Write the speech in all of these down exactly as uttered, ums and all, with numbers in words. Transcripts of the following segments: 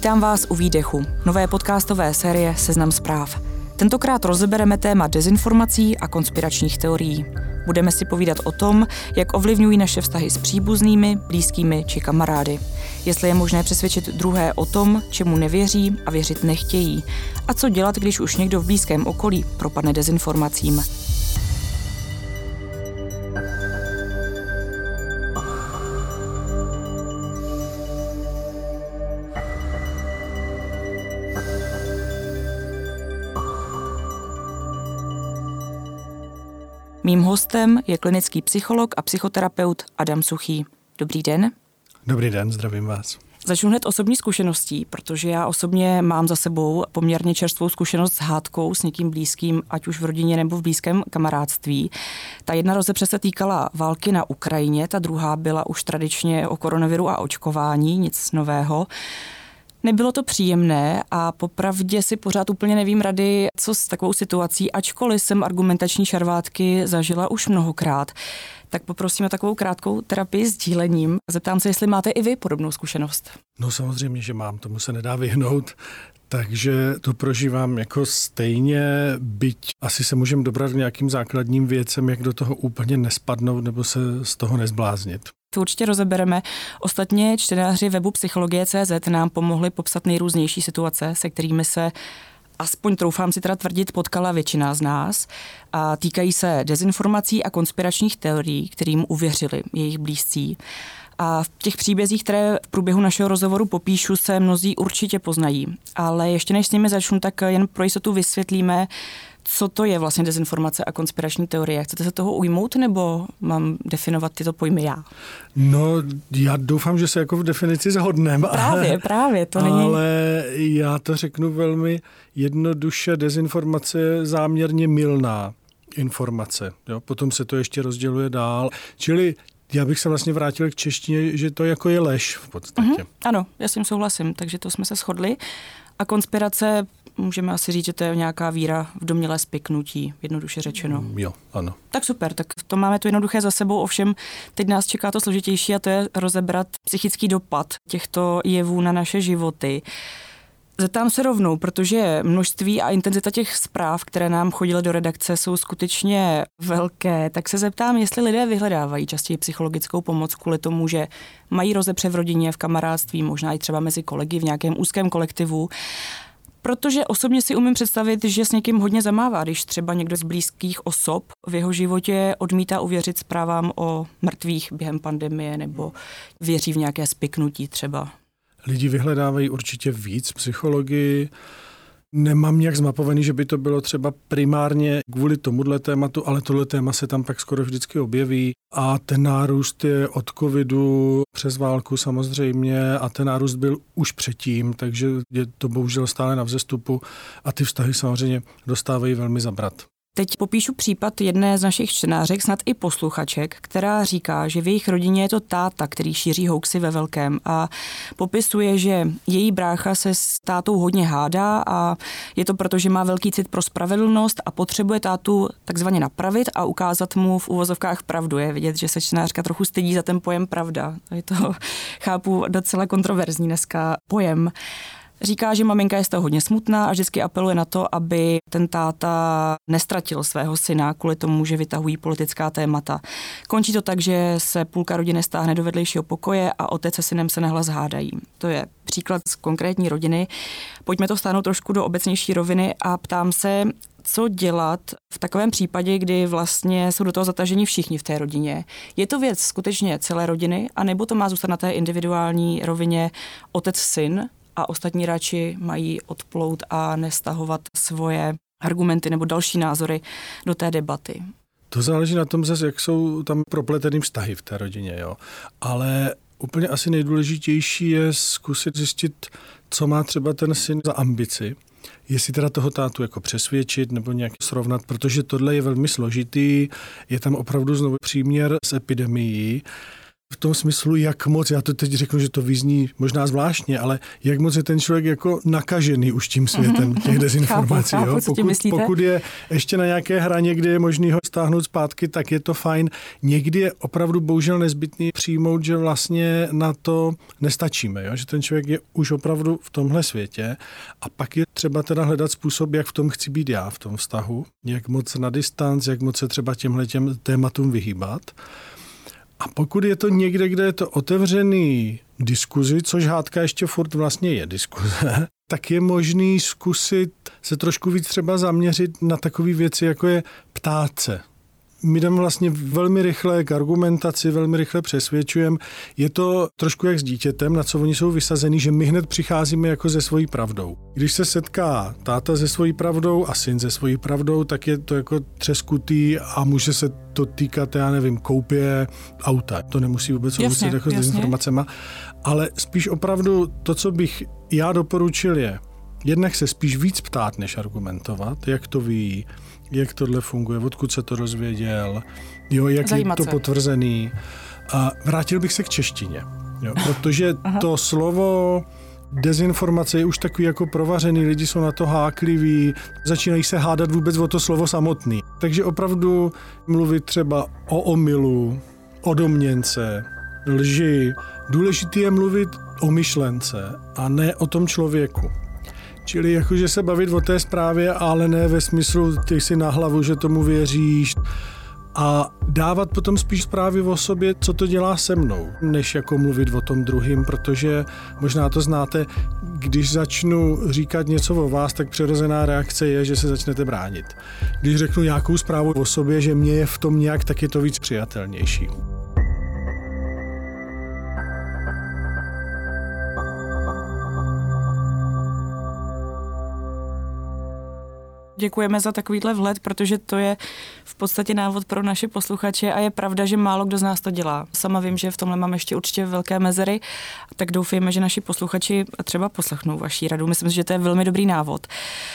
Vítám vás u Výdechu, nové podcastové série Seznam zpráv. Tentokrát rozebereme téma dezinformací a konspiračních teorií. Budeme si povídat o tom, jak ovlivňují naše vztahy s příbuznými, blízkými či kamarády. Jestli je možné přesvědčit druhé o tom, čemu nevěří a věřit nechtějí. A co dělat, když už někdo v blízkém okolí propadne dezinformacím. Mým hostem je klinický psycholog a psychoterapeut Adam Suchý. Dobrý den. Dobrý den, zdravím vás. Začnu hned osobní zkušeností, protože já osobně mám za sebou poměrně čerstvou zkušenost s hádkou s někým blízkým, ať už v rodině nebo v blízkém kamarádství. Ta jedna rozepře se týkala války na Ukrajině, ta druhá byla už tradičně o koronaviru a očkování, nic nového. Nebylo to příjemné a popravdě si pořád úplně nevím rady, co s takovou situací, ačkoliv jsem argumentační šarvátky zažila už mnohokrát. Tak poprosím o takovou krátkou terapii s dílením. Zeptám se, jestli máte i vy podobnou zkušenost. No samozřejmě, že mám, tomu se nedá vyhnout. Takže to prožívám jako stejně, byť asi se můžeme dobrat k nějakým základním věcem, jak do toho úplně nespadnout nebo se z toho nezbláznit. To určitě rozebereme. Ostatně čtenáři webu psychologie tečka cé zet nám pomohli popsat nejrůznější situace, se kterými se, aspoň troufám si teda tvrdit, potkala většina z nás. A týkají se dezinformací a konspiračních teorií, kterým uvěřili jejich blízcí. A v těch příbězích, které v průběhu našeho rozhovoru popíšu, se mnozí určitě poznají. Ale ještě než s nimi začnu, tak jen pro jistotu vysvětlíme, co to je vlastně dezinformace a konspirační teorie. Chcete se toho ujmout, nebo mám definovat tyto pojmy já? No, já doufám, že se jako v definici shodneme. Právě, ale, právě, to není... Ale já to řeknu velmi jednoduše, dezinformace je záměrně mylná informace. Jo? Potom se to ještě rozděluje dál. Čili já bych se vlastně vrátil k češtině, že to jako je lež v podstatě. Mm-hmm, ano, já s tím souhlasím, takže to jsme se shodli. A konspirace, můžeme asi říct, že to je nějaká víra v domnělé spiknutí, jednoduše řečeno. Mm, jo, ano. Tak super, tak to máme to jednoduché za sebou, ovšem teď nás čeká to složitější a to je rozebrat psychický dopad těchto jevů na naše životy. Zeptám se rovnou, protože množství a intenzita těch zpráv, které nám chodily do redakce, jsou skutečně velké, tak se zeptám, jestli lidé vyhledávají častěji psychologickou pomoc kvůli tomu, že mají rozepře v rodině, v kamarádství, možná i třeba mezi kolegy v nějakém úzkém kolektivu. Protože osobně si umím představit, že s někým hodně zamává, když třeba někdo z blízkých osob v jeho životě odmítá uvěřit zprávám o mrtvých během pandemie nebo věří v nějaké spiknutí třeba. Lidi vyhledávají určitě víc psychologii. Nemám nějak zmapovaný, že by to bylo třeba primárně kvůli tomuhle tématu, ale tohle téma se tam pak skoro vždycky objeví. A ten nárůst je od covidu přes válku samozřejmě a ten nárůst byl už předtím, takže je to bohužel stále na vzestupu a ty vztahy samozřejmě dostávají velmi zabrat. Teď popíšu případ jedné z našich čtenářek, snad i posluchaček, která říká, že v jejich rodině je to táta, který šíří hoaxy ve velkém a popisuje, že její brácha se s tátou hodně hádá a je to proto, že má velký cit pro spravedlnost a potřebuje tátu takzvaně napravit a ukázat mu v uvozovkách pravdu. Je vidět, že se čtenářka trochu stydí za ten pojem pravda. Je to, chápu, docela kontroverzní dneska pojem. Říká, že maminka je z toho hodně smutná a vždycky apeluje na to, aby ten táta nestratil svého syna kvůli tomu, že vytahují politická témata. Končí to tak, že se půlka rodiny stáhne do vedlejšího pokoje a otec se synem se nahlas hádají. To je příklad z konkrétní rodiny. Pojďme to stáhnout trošku do obecnější roviny a ptám se, co dělat v takovém případě, kdy vlastně jsou do toho zataženi všichni v té rodině. Je to věc skutečně celé rodiny, anebo to má zůstat na té individuální rovině otec-syn, a ostatní radši mají odplout a nestahovat svoje argumenty nebo další názory do té debaty? To záleží na tom zase, jak jsou tam propletený vztahy v té rodině, jo. Ale úplně asi nejdůležitější je zkusit zjistit, co má třeba ten syn za ambici. Jestli teda toho tátu jako přesvědčit nebo nějak srovnat, protože tohle je velmi složitý, je tam opravdu znovu příměr s epidemií. v tom smyslu, jak moc, já to teď řeknu, že to vyzní možná zvláštně, ale jak moc je ten člověk jako nakažený už tím světem těch dezinformací. Chápu, jo? chápu, Pokud, pokud je ještě na nějaké hraně, kde je možný ho stáhnout zpátky, tak je to fajn. Někdy je opravdu bohužel nezbytný přijmout, že vlastně na to nestačíme, jo? Že ten člověk je už opravdu v tomhle světě a pak je třeba teda hledat způsob, jak v tom chci být já v tom vztahu, jak moc na distanc, jak moc se třeba těmhletěm tématům vyhýbat. A pokud je to někde, kde je to otevřený diskuzi, což hádka ještě furt vlastně je diskuze, tak je možný zkusit se trošku víc třeba zaměřit na takové věci, jako je ptát se. My jdeme vlastně velmi rychle k argumentaci, velmi rychle přesvědčujeme. Je to trošku jak s dítětem, na co oni jsou vysazený, že my hned přicházíme jako se svojí pravdou. Když se setká táta se svojí pravdou a syn se svojí pravdou, tak je to jako třeskutý a může se to týkat, já nevím, koupě auta. To nemusí vůbec souviset jako s dezinformacema. Ale spíš opravdu to, co bych já doporučil je, jednak se spíš víc ptát, než argumentovat, jak to ví, jak tohle funguje, odkud se to dozvěděl, jo, jak Zajímat je to se. potvrzený. A vrátil bych se k češtině, jo, protože to slovo dezinformace je už takový jako provařený, lidi jsou na to hákliví, začínají se hádat vůbec o to slovo samotný. Takže opravdu mluvit třeba o omylu, o domněnce, lži. Důležité je mluvit o myšlence a ne o tom člověku. Čili jakože se bavit o té zprávě, ale ne ve smyslu, ty si na hlavu, že tomu věříš. A dávat potom spíš zprávy o sobě, co to dělá se mnou, než jako mluvit o tom druhým, protože možná to znáte, když začnu říkat něco o vás, tak přirozená reakce je, že se začnete bránit. Když řeknu nějakou zprávu o sobě, že mě je v tom nějak, tak je to víc přijatelnější. Děkujeme za takovýhle vhled, protože to je v podstatě návod pro naše posluchače a je pravda, že málo kdo z nás to dělá. Sama vím, že v tomhle mám ještě určitě velké mezery, tak doufejme, že naši posluchači třeba poslechnou vaší radu. Myslím si, že to je velmi dobrý návod.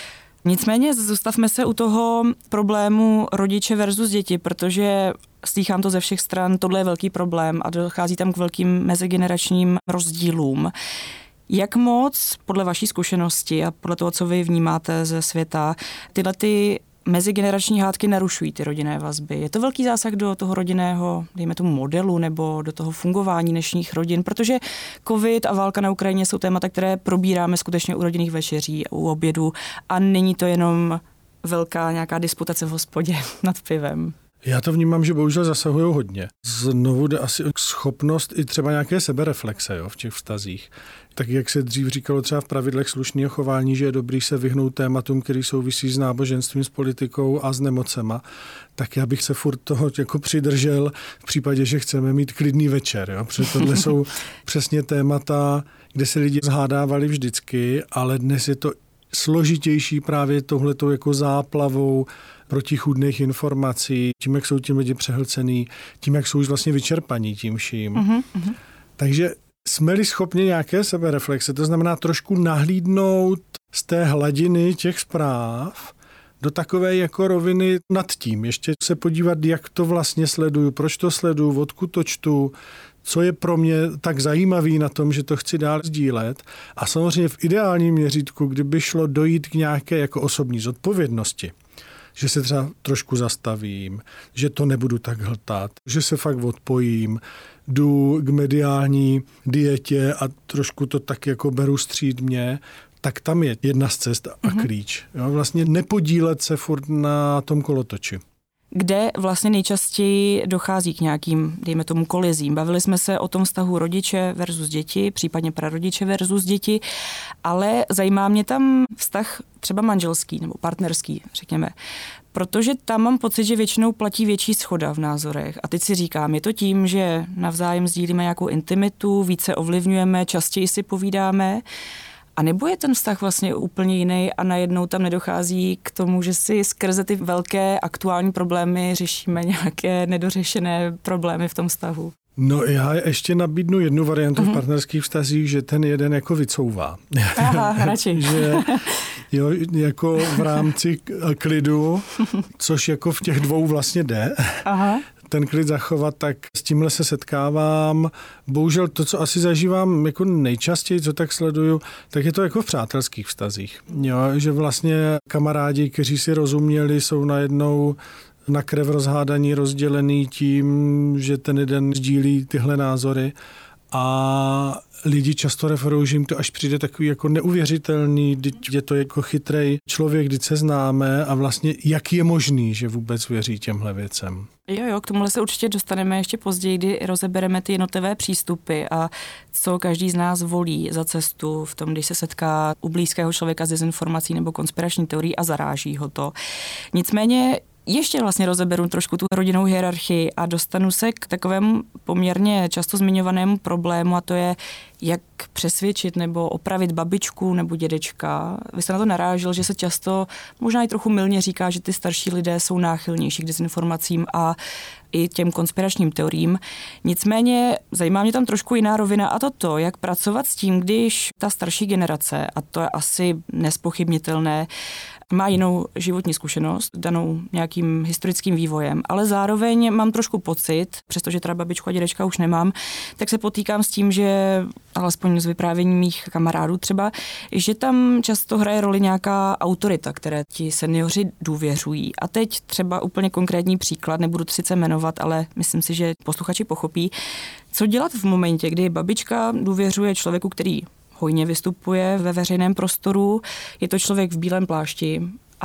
Nicméně zůstavme se u toho problému rodiče versus děti, protože slýchám to ze všech stran, tohle je velký problém a dochází tam k velkým mezigeneračním rozdílům. Jak moc, podle vaší zkušenosti a podle toho, co vy vnímáte ze světa, tyhle ty mezigenerační hádky narušují ty rodinné vazby? Je to velký zásah do toho rodinného, dejme tomu modelu, nebo do toho fungování dnešních rodin? Protože covid a válka na Ukrajině jsou témata, které probíráme skutečně u rodinných večeří, u obědů a není to jenom velká nějaká disputace v hospodě nad pivem. Já to vnímám, že bohužel zasahují hodně. Znovu jde asi schopnost i třeba nějaké sebereflexe, jo, v těch vztazích. Tak jak se dřív říkalo třeba v pravidlech slušného chování, že je dobrý se vyhnout tématům, který souvisí s náboženstvím, s politikou a s nemocema, tak já bych se furt toho jako přidržel v případě, že chceme mít klidný večer. Jo? Protože tohle jsou přesně témata, kde se lidi zhádávali vždycky, ale dnes je to složitější právě tohletou jako záplavou protichůdných informací, tím, jak jsou tím lidi přehlcený, tím, jak jsou už vlastně vyčerpaní tím vším. Uh-huh, uh-huh. Takže jsme-li schopni nějaké sebereflexe, to znamená trošku nahlídnout z té hladiny těch zpráv do takové jako roviny nad tím. Ještě se podívat, jak to vlastně sleduju, proč to sleduju, odkud to čtu, co je pro mě tak zajímavý na tom, že to chci dál sdílet. A samozřejmě v ideálním měřítku, kdyby šlo dojít k nějaké jako osobní zodpovědnosti, že se třeba trošku zastavím, že to nebudu tak hltat, že se fakt odpojím, jdu k mediální dietě a trošku to tak jako beru střídmě, tak tam je jedna z cest a mm-hmm. klíč. Jo, vlastně nepodílet se furt na tom kolotoči. Kde vlastně nejčastěji dochází k nějakým, dejme tomu, kolizím. Bavili jsme se o tom vztahu rodiče versus děti, případně prarodiče versus děti, ale zajímá mě tam vztah třeba manželský nebo partnerský, řekněme. Protože tam mám pocit, že většinou platí větší shoda v názorech. A teď si říkám, je to tím, že navzájem sdílíme nějakou intimitu, více ovlivňujeme, častěji si povídáme, a nebo je ten vztah vlastně úplně jiný a najednou tam nedochází k tomu, že si skrze ty velké aktuální problémy řešíme nějaké nedořešené problémy v tom vztahu? No já ještě nabídnu jednu variantu uh-huh. v partnerských vztazích, že ten jeden jako vycouvá. Aha, radši. Že jo, jako v rámci klidu, což jako v těch dvou vlastně jde, aha. ten klid zachovat, tak s tímhle se setkávám. Bohužel to, co asi zažívám jako nejčastěji, co tak sleduju, tak je to jako v přátelských vztazích. Jo, že vlastně kamarádi, kteří si rozuměli, jsou najednou na krev rozhádaní, rozdělený tím, že ten jeden sdílí tyhle názory. A lidi často referují, že jim to až přijde takový jako neuvěřitelný, je to jako chytrej člověk, když se známe a vlastně jak je možný, že vůbec věří těmhle věcem. Jo, jo, k tomuhle se určitě dostaneme ještě později, kdy rozebereme ty jednotlivé přístupy a co každý z nás volí za cestu v tom, když se setká u blízkého člověka s dezinformací nebo konspirační teorií a zaráží ho to. Nicméně ještě vlastně rozeberu trošku tu rodinnou hierarchii a dostanu se k takovému poměrně často zmiňovanému problému, a to je, jak přesvědčit nebo opravit babičku nebo dědečka. Vy jste na to narážil, že se často, možná i trochu mylně říká, že ty starší lidé jsou náchylnější k dezinformacím a i těm konspiračním teoriím. Nicméně zajímá mě tam trošku jiná rovina, a to to, jak pracovat s tím, když ta starší generace, a to je asi nespochybnitelné, má jinou životní zkušenost, danou nějakým historickým vývojem, ale zároveň mám trošku pocit, přestože teda babičku a dědečka už nemám, tak se potýkám s tím, že alespoň z vyprávění mých kamarádů třeba, že tam často hraje roli nějaká autorita, které ti seniori důvěřují. A teď třeba úplně konkrétní příklad, nebudu to sice jmenovat, ale myslím si, že posluchači pochopí, co dělat v momentě, kdy babička důvěřuje člověku, který hojně vystupuje ve veřejném prostoru. Je to člověk v bílém plášti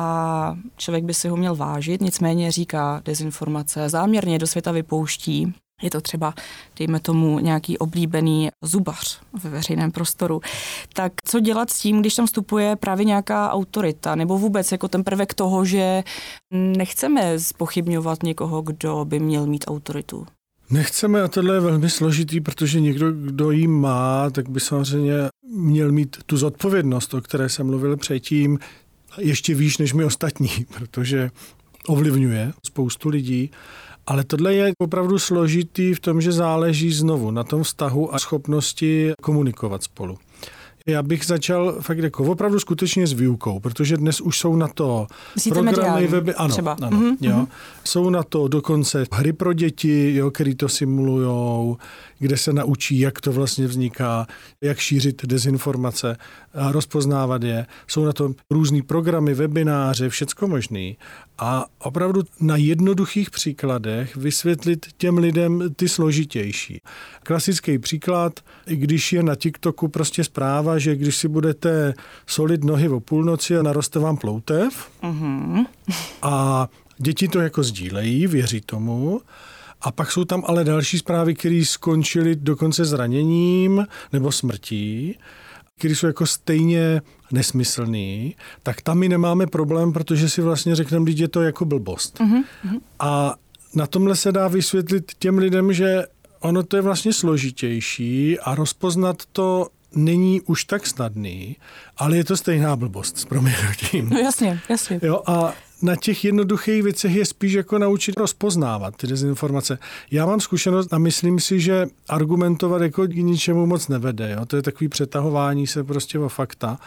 a člověk by si ho měl vážit, nicméně říká dezinformace, záměrně do světa vypouští. Je to třeba, dejme tomu, nějaký oblíbený zubař ve veřejném prostoru. Tak co dělat s tím, když tam vstupuje právě nějaká autorita, nebo vůbec jako ten prvek toho, že nechceme zpochybňovat někoho, kdo by měl mít autoritu? Nechceme, a tohle je velmi složitý, protože někdo, kdo jí má, tak by samozřejmě měl mít tu zodpovědnost, o které jsem mluvil předtím, ještě výš než my ostatní, protože ovlivňuje spoustu lidí. Ale tohle je opravdu složitý v tom, že záleží znovu na tom vztahu a schopnosti komunikovat spolu. Já bych začal fakt jako opravdu skutečně s výukou, protože dnes už jsou na to Myslíte programy, mediální, weby, ano, třeba. ano mm-hmm. jo. Jsou na to dokonce hry pro děti, jo, který to simulujou, kde se naučí, jak to vlastně vzniká, jak šířit dezinformace, a rozpoznávat je. Jsou na to různý programy, webináře, všecko možný. A opravdu na jednoduchých příkladech vysvětlit těm lidem ty složitější. Klasický příklad, když je na TikToku prostě zpráva, že když si budete solit nohy o půlnoci a naroste vám ploutev, mm-hmm. a děti to jako sdílejí, věří tomu, a pak jsou tam ale další zprávy, které skončily dokonce zraněním nebo smrtí, které jsou jako stejně nesmyslný, tak tam my nemáme problém, protože si vlastně řekneme, že je to jako blbost. Mm-hmm. A na tomhle se dá vysvětlit těm lidem, že ono to je vlastně složitější a rozpoznat to není už tak snadný, ale je to stejná blbost s proměnutím. No jasně, jasně. Jo, a na těch jednoduchých věcech je spíš jako naučit rozpoznávat ty dezinformace. Já mám zkušenost a myslím si, že argumentovat jako k ničemu moc nevede. Jo? To je takový přetahování se prostě o fakta.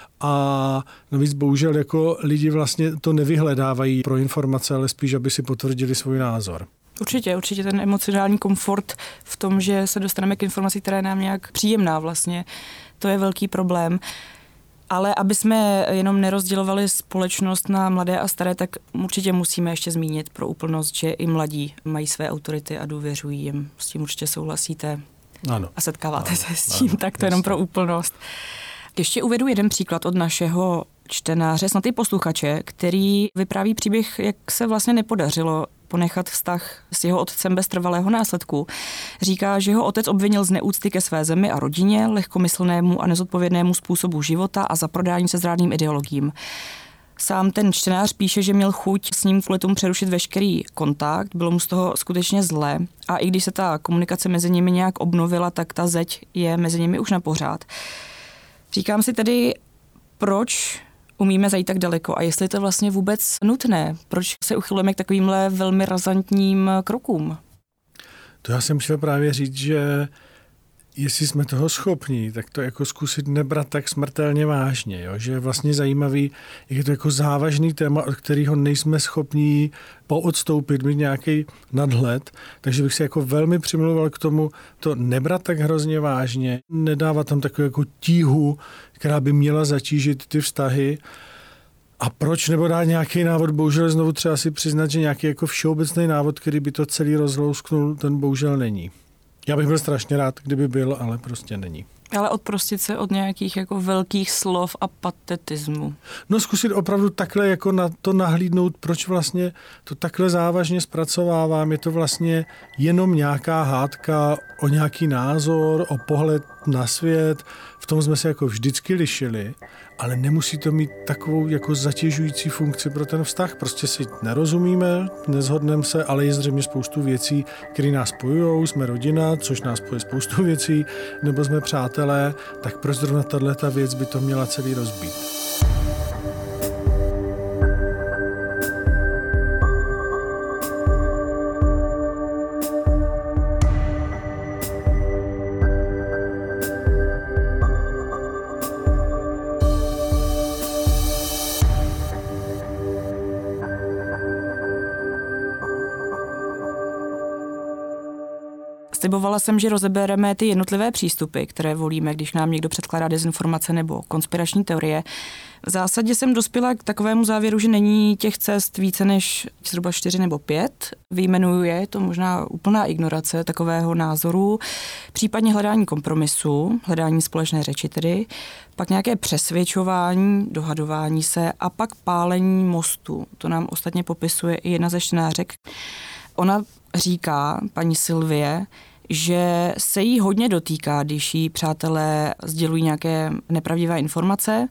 A navíc bohužel jako lidi vlastně to nevyhledávají pro informace, ale spíš, aby si potvrdili svůj názor. Určitě, určitě ten emocionální komfort v tom, že se dostaneme k informaci, která je nám nějak příjemná vlastně, to je velký problém. Ale aby jsme jenom nerozdělovali společnost na mladé a staré, tak určitě musíme ještě zmínit pro úplnost, že i mladí mají své autority a důvěřují jim. S tím určitě souhlasíte. Ano. A setkáváte ano, se s tím, ano, tak to jenom pro úplnost. Ještě uvedu jeden příklad od našeho čtenáře, snad i posluchače, který vypráví příběh, jak se vlastně nepodařilo ponechat vztah s jeho otcem bez trvalého následku. Říká, že ho otec obvinil z neúcty ke své zemi a rodině, lehkomyslnému a nezodpovědnému způsobu života a zaprodání se zrádným ideologiím. Sám ten čtenář píše, že měl chuť s ním kvůli tomu přerušit veškerý kontakt, bylo mu z toho skutečně zle a i když se ta komunikace mezi nimi nějak obnovila, tak ta zeď je mezi nimi už na pořád. Říkám si tedy, proč umíme zajít tak daleko a jestli to vlastně vůbec nutné, proč se uchylujeme k takovýmhle velmi razantním krokům? To já jsem chtěl právě říct, že jestli jsme toho schopní, tak to jako zkusit nebrat tak smrtelně vážně, jo? Že je vlastně zajímavý, jak je to jako závažný téma, od kterého nejsme schopní poodstoupit, mít nějaký nadhled, takže bych si jako velmi přimlouval k tomu to nebrat tak hrozně vážně, nedávat tam takovou jako tíhu, která by měla zatížit ty vztahy. A proč nebo dát nějaký návod, bohužel znovu třeba si přiznat, že nějaký jako všeobecný návod, který by to celý rozlousknul, ten bohužel není. Já bych byl strašně rád, kdyby byl, ale prostě není. Ale odprostit se od nějakých jako velkých slov a patetismu. No zkusit opravdu takhle jako na to nahlídnout, proč vlastně to takhle závažně zpracovávám. Je to vlastně jenom nějaká hádka o nějaký názor, o pohled na svět. V tom jsme se jako vždycky lišili, ale nemusí to mít takovou jako zatěžující funkci pro ten vztah. Prostě si nerozumíme, nezhodneme se, ale je zřejmě spoustu věcí, které nás spojujou. Jsme rodina, což nás spojí spoustu věcí, nebo jsme přátelé, tak proč zrovna tato věc by to měla celý rozbít. Slibovala jsem, že rozebereme ty jednotlivé přístupy, které volíme, když nám někdo předkládá dezinformace nebo konspirační teorie. V zásadě jsem dospěla k takovému závěru, že není těch cest více než zhruba čtyři nebo pět. Vyjmenuju je, je to možná úplná ignorace takového názoru, případně hledání kompromisu, hledání společné řeči tedy, pak nějaké přesvědčování, dohadování se a pak pálení mostu. To nám ostatně popisuje i jedna ze čtenářek. Ona říká, paní Sylvie, že se jí hodně dotýká, když jí přátelé sdělují nějaké nepravdivé informace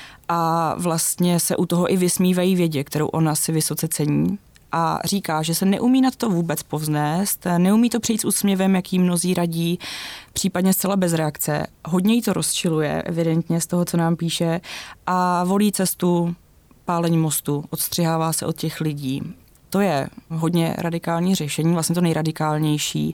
a vlastně se u toho i vysmívají vědě, kterou ona si vysoce cení. A říká, že se neumí nad to vůbec povznést, neumí to přijít s úsměvem, jak jí mnozí radí, případně zcela bez reakce. Hodně jí to rozčiluje, evidentně z toho, co nám píše, a volí cestu pálení mostu, odstřihává se od těch lidí. To je hodně radikální řešení, vlastně to nejradikálnější.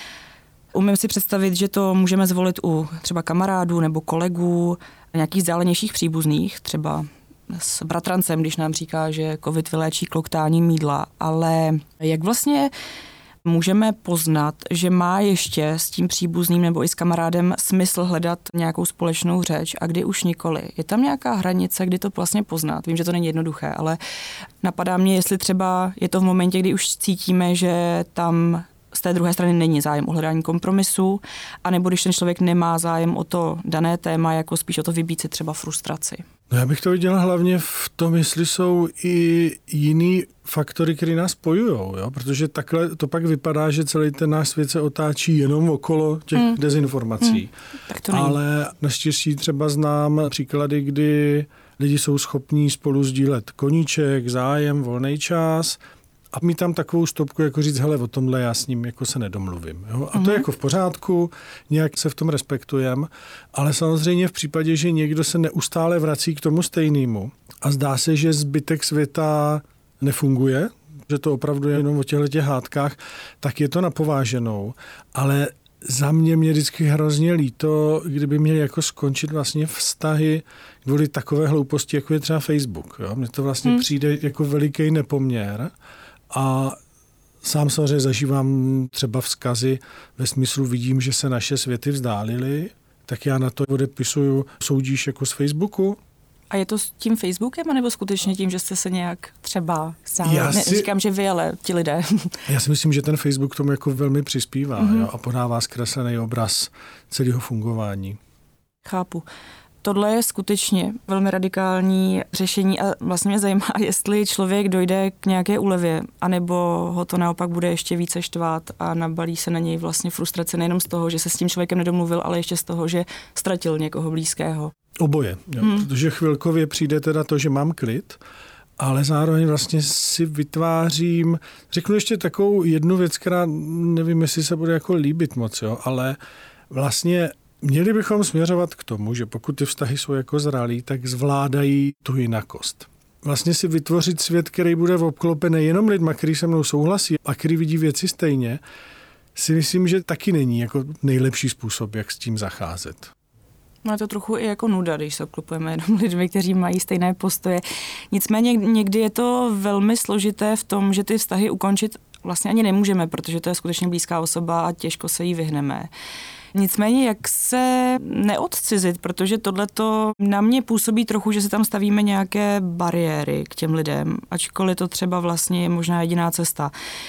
Umím si představit, že to můžeme zvolit u třeba kamarádů nebo kolegů, nějakých vzdálenějších příbuzných, třeba s bratrancem, když nám říká, že covid vyléčí kloktáním mýdla, ale jak vlastně můžeme poznat, že má ještě s tím příbuzným nebo i s kamarádem smysl hledat nějakou společnou řeč a kdy už nikoli. Je tam nějaká hranice, kdy to vlastně poznat? Vím, že to není jednoduché, ale napadá mě, jestli třeba je to v momentě, kdy už cítíme, že tam z té druhé strany není zájem o hledání kompromisu, anebo když ten člověk nemá zájem o to dané téma, jako spíš o to vybít si třeba frustraci. No já bych to viděla hlavně v tom, jestli jsou i jiný faktory, které nás spojujou, jo? Protože takhle to pak vypadá, že celý ten náš svět se otáčí jenom okolo těch mm. dezinformací. Mm. Tak to není. Ale naštěstí třeba znám příklady, kdy lidi jsou schopní spolu sdílet koníček, zájem, volný čas a mít tam takovou stopku, jako říct, hele, o tomhle já s ním jako se nedomluvím. Jo? A to je jako v pořádku, nějak se v tom respektujeme, ale samozřejmě v případě, že někdo se neustále vrací k tomu stejnému a zdá se, že zbytek světa nefunguje, že to opravdu je jenom o těchto hádkách, tak je to napováženou. Ale za mě mě vždycky hrozně líto, kdyby měli jako skončit vlastně vztahy kvůli takové hlouposti, jako je třeba Facebook. Jo? Mně to vlastně hmm. přijde jako veliký nepoměr. A sám samozřejmě zažívám třeba vzkazy ve smyslu vidím, že se naše světy vzdálily, tak já na to odepisuju, soudíš jako z Facebooku. A je to s tím Facebookem, anebo skutečně tím, že jste se nějak třeba zále... Já si... Neříkám, že vy, ale ti lidé. Já si myslím, že ten Facebook tomu jako velmi přispívá mm-hmm. jo, a podává zkreslený obraz celého fungování. Chápu. Tohle je skutečně velmi radikální řešení a vlastně mě zajímá, jestli člověk dojde k nějaké úlevě, anebo ho to naopak bude ještě více štvát a nabalí se na něj vlastně frustrace nejenom z toho, že se s tím člověkem nedomluvil, ale ještě z toho, že ztratil někoho blízkého. Oboje, jo, hmm. protože chvilkově přijde teda to, že mám klid, ale zároveň vlastně si vytvářím, řeknu ještě takovou jednu věc, která nevím, jestli se bude jako líbit moc, jo, ale vlastně měli bychom směřovat k tomu, že pokud ty vztahy jsou jako zralí, tak zvládají tu jinakost. Vlastně si vytvořit svět, který bude obklopen nejenom lidma, který se mnou souhlasí a který vidí věci stejně, si myslím, že taky není jako nejlepší způsob, jak s tím zacházet. No je to trochu i jako nuda, když se obklopujeme jenom lidmi, kteří mají stejné postoje. Nicméně někdy je to velmi složité v tom, že ty vztahy ukončit vlastně ani nemůžeme, protože to je skutečně blízká osoba a těžko se jí vyhneme. Nicméně, jak se neodcizit, protože tohleto na mě působí trochu, že se tam stavíme nějaké bariéry k těm lidem, ačkoliv to třeba vlastně je možná jediná cesta.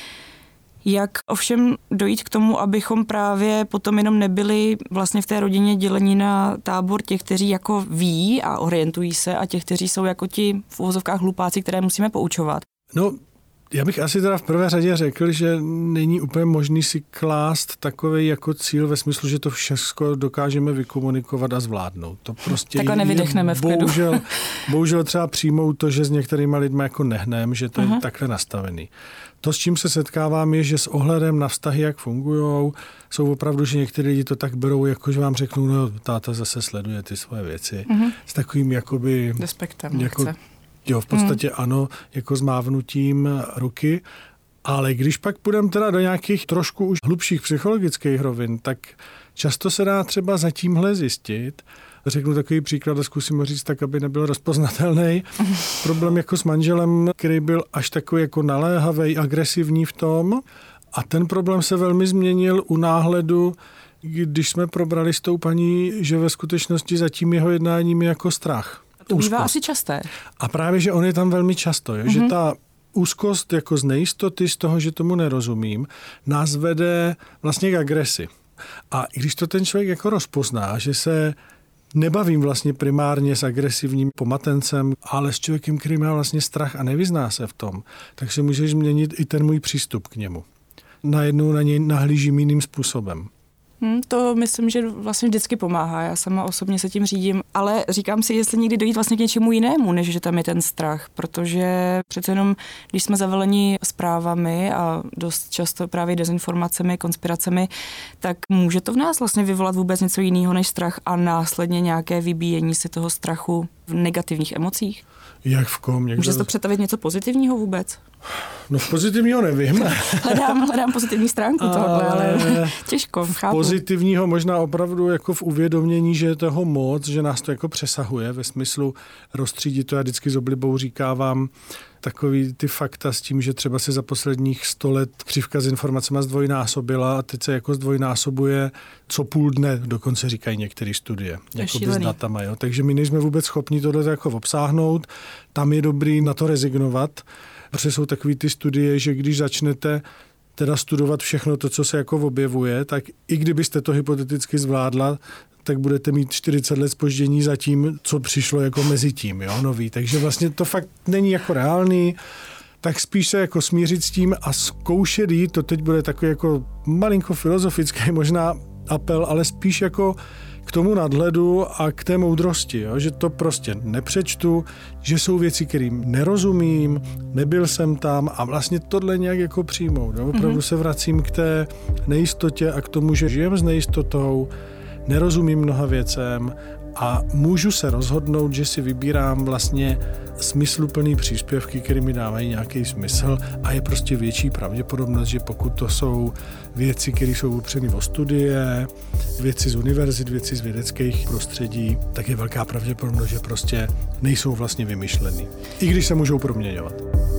Jak ovšem dojít k tomu, abychom právě potom jenom nebyli vlastně v té rodině dělení na tábor těch, kteří jako ví a orientují se a těch, kteří jsou jako ti v uvozovkách hlupáci, které musíme poučovat? No, já bych asi teda v prvé řadě řekl, že není úplně možný si klást takový jako cíl ve smyslu, že to všechno dokážeme vykomunikovat a zvládnout. To prostě takhle nevydechneme v klidu. Bohužel, bohužel třeba přijmout to, že s některýma lidma jako nehnem, že to je uh-huh. takhle nastavený. To, s čím se setkávám, je, že s ohledem na vztahy, jak fungujou, jsou opravdu, že někteří lidi to tak berou, jako že vám řeknou, no táta zase sleduje ty svoje věci. Uh-huh. S takovým jakoby... Despektem. Jako, jo, v podstatě hmm. ano, jako zmávnutím ruky, ale když pak půjdeme teda do nějakých trošku už hlubších psychologických rovin, tak často se dá třeba za tímhle zjistit. Řeknu takový příklad a zkusím ho říct tak, aby nebyl rozpoznatelný. Problém jako s manželem, který byl až takový jako naléhavý, agresivní v tom, a ten problém se velmi změnil u náhledu, když jsme probrali s tou paní, že ve skutečnosti za tím jeho jednáním je jako strach. To bývá asi časté. A právě, že on je tam velmi často, jo? Mm-hmm. Že ta úzkost jako z nejistoty, z toho, že tomu nerozumím, nás vede vlastně k agresi. A i když to ten člověk jako rozpozná, že se nebavím vlastně primárně s agresivním pomatencem, ale s člověkem, který má vlastně strach a nevyzná se v tom, tak se můžeš změnit i ten můj přístup k němu. Najednou na něj nahlížím jiným způsobem. Hmm, to myslím, že vlastně vždycky pomáhá. Já sama osobně se tím řídím, ale říkám si, jestli někdy dojít vlastně k něčemu jinému, než že tam je ten strach, protože přece jenom, když jsme zaveleni zprávami a dost často právě dezinformacemi, konspiracemi, tak může to v nás vlastně vyvolat vůbec něco jiného než strach a následně nějaké vybíjení si toho strachu v negativních emocích. Jak v kom? Může se to přetavit něco pozitivního vůbec? No v pozitivního nevím. hledám, hledám pozitivní stránku tohohle, ale těžko, chápu. Pozitivního možná opravdu jako v uvědomění, že je toho moc, že nás to jako přesahuje ve smyslu rozstřídit to. Já vždycky s oblibou říkávám takový ty fakta s tím, že třeba se za posledních sto let křivka s informacemi zdvojnásobila a teď se jako zdvojnásobuje co půl dne, dokonce říkají některé studie. Jako s datama, jo. Takže my nejsme vůbec schopni tohle jako obsáhnout. Tam je dobrý na to rezignovat, protože jsou takový ty studie, že když začnete teda studovat všechno to, co se jako objevuje, tak i kdybyste to hypoteticky zvládla, tak budete mít čtyřicet let zpoždění za tím, co přišlo jako mezi tím, jo, nový. Takže vlastně to fakt není jako reálný, tak spíš se jako smířit s tím a zkoušet jít, to teď bude takový jako malinko filozofický možná apel, ale spíš jako k tomu nadhledu a k té moudrosti, jo? Že to prostě nepřečtu, že jsou věci, kterým nerozumím, nebyl jsem tam a vlastně tohle nějak jako přijmout. Jo? Opravdu mm-hmm. se vracím k té nejistotě a k tomu, že žijem s nejistotou, nerozumím mnoha věcem a můžu se rozhodnout, že si vybírám vlastně smysluplný příspěvky, které mi dávají nějaký smysl a je prostě větší pravděpodobnost, že pokud to jsou věci, které jsou opřeny o studie, věci z univerzit, věci z vědeckých prostředí, tak je velká pravděpodobnost, že prostě nejsou vlastně vymyšlený. I když se můžou proměňovat.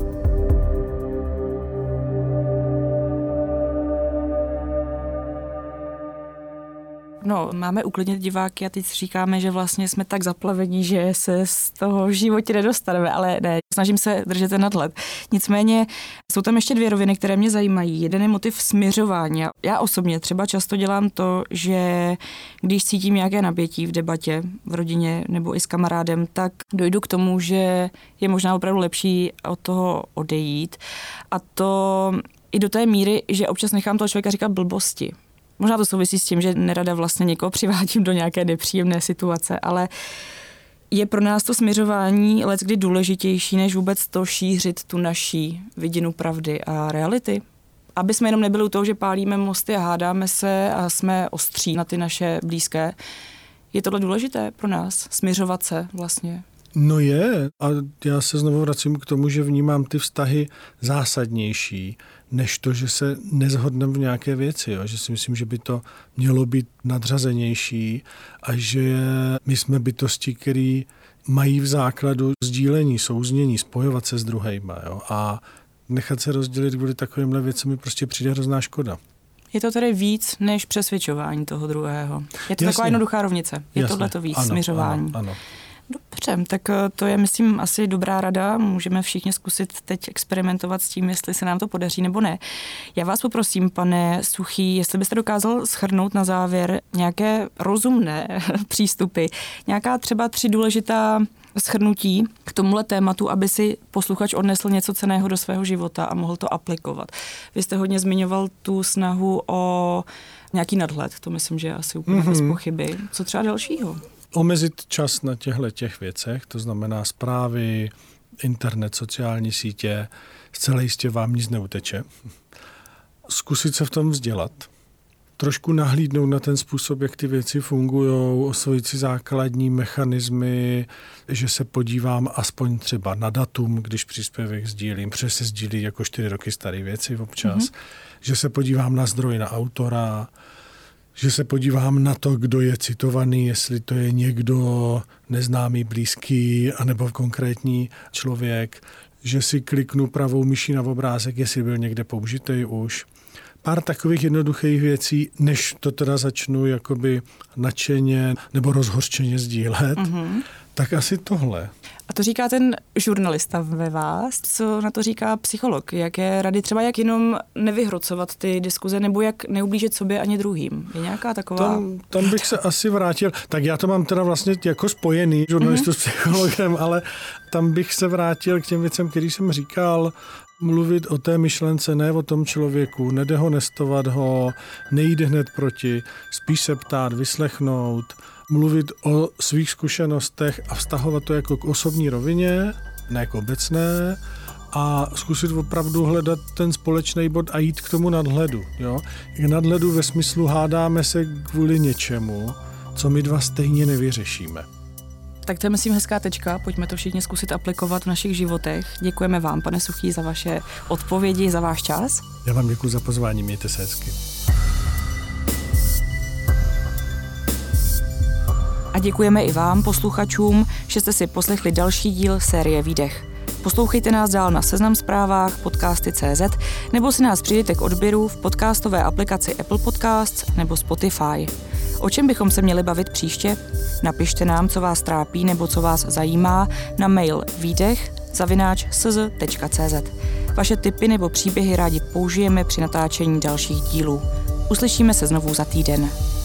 No, máme uklidnit diváky a teď říkáme, že vlastně jsme tak zaplavení, že se z toho v životě nedostaneme, ale ne, snažím se držet ten nadhled. Nicméně jsou tam ještě dvě roviny, které mě zajímají. Jeden je motiv směřování. Já osobně třeba často dělám to, že když cítím nějaké napětí v debatě, v rodině nebo i s kamarádem, tak dojdu k tomu, že je možná opravdu lepší od toho odejít. A to i do té míry, že občas nechám toho člověka říkat blbosti. Možná to souvisí s tím, že nerada vlastně někoho přivádím do nějaké nepříjemné situace, ale je pro nás to směřování leckdy důležitější, než vůbec to šířit tu naší vidinu pravdy a reality. Aby jsme jenom nebyli u toho, že pálíme mosty a hádáme se a jsme ostří na ty naše blízké. Je tohle důležité pro nás, směřovat se vlastně? No je, a já se znovu vracím k tomu, že vnímám ty vztahy zásadnější, než to, že se nezhodneme v nějaké věci. Jo? Že si myslím, že by to mělo být nadřazenější a že my jsme bytosti, které mají v základu sdílení, souznění, spojovat se s druhejma. Jo? A nechat se rozdělit kvůli takovýmhle věcem mi prostě přijde hrozná škoda. Je to tedy víc než přesvědčování toho druhého. Je to Jasně. Taková jednoduchá rovnice. Je Jasně. tohleto víc, ano, směřování. Ano, ano. Dobře, tak to je, myslím, asi dobrá rada. Můžeme všichni zkusit teď experimentovat s tím, jestli se nám to podaří nebo ne. Já vás poprosím, pane Suchý, jestli byste dokázal shrnout na závěr nějaké rozumné přístupy, nějaká třeba tři důležitá shrnutí k tomuhle tématu, aby si posluchač odnesl něco cenného do svého života a mohl to aplikovat. Vy jste hodně zmiňoval tu snahu o nějaký nadhled, to myslím, že je asi úplně mm-hmm. bez pochyby. Co třeba dalšího? Omezit čas na těchto těch věcech, to znamená zprávy, internet, sociální sítě, zcela jistě vám nic neuteče. Zkusit se v tom vzdělat. Trošku nahlídnout na ten způsob, jak ty věci fungují, osvojit si základní mechanismy, že se podívám aspoň třeba na datum, když příspěvek sdílím, protože se sdílí jako čtyři roky staré věci občas, mm-hmm. že se podívám na zdroj, na autora, že se podívám na to, kdo je citovaný, jestli to je někdo neznámý, blízký, anebo konkrétní člověk, že si kliknu pravou myší na obrázek, jestli byl někde použitý už. Pár takových jednoduchých věcí, než to teda začnu jakoby nadšeně nebo rozhořčeně sdílet, mm-hmm. tak asi tohle. A to říká ten žurnalista ve vás, co na to říká psycholog? Jaké rady třeba, jak jenom nevyhrocovat ty diskuze, nebo jak neublížit sobě ani druhým? Je nějaká taková... Tam, tam bych se asi vrátil. Tak já to mám teda vlastně jako spojený žurnalistu mm-hmm. s psychologem, ale tam bych se vrátil k těm věcem, který jsem říkal, mluvit o té myšlence, ne o tom člověku, nedehonestovat ho, nejít hned proti, spíš se ptát, vyslechnout, mluvit o svých zkušenostech a vztahovat to jako k osobní rovině, ne jako obecné, a zkusit opravdu hledat ten společný bod a jít k tomu nadhledu. Jo? K nadhledu ve smyslu hádáme se kvůli něčemu, co my dva stejně nevyřešíme. Tak to je, myslím, hezká tečka. Pojďme to všichni zkusit aplikovat v našich životech. Děkujeme vám, pane Suchý, za vaše odpovědi, za váš čas. Já vám děkuji za pozvání, mějte se hezky. A děkujeme i vám, posluchačům, že jste si poslechli další díl série Výdech. Poslouchejte nás dál na Seznam Zprávách, podcasty tečka cé zet nebo si nás přijděte k odběru v podcastové aplikaci Apple Podcasts nebo Spotify. O čem bychom se měli bavit příště? Napište nám, co vás trápí nebo co vás zajímá na mail výdech zavináč s z tečka cé zet. Vaše tipy nebo příběhy rádi použijeme při natáčení dalších dílů. Uslyšíme se znovu za týden.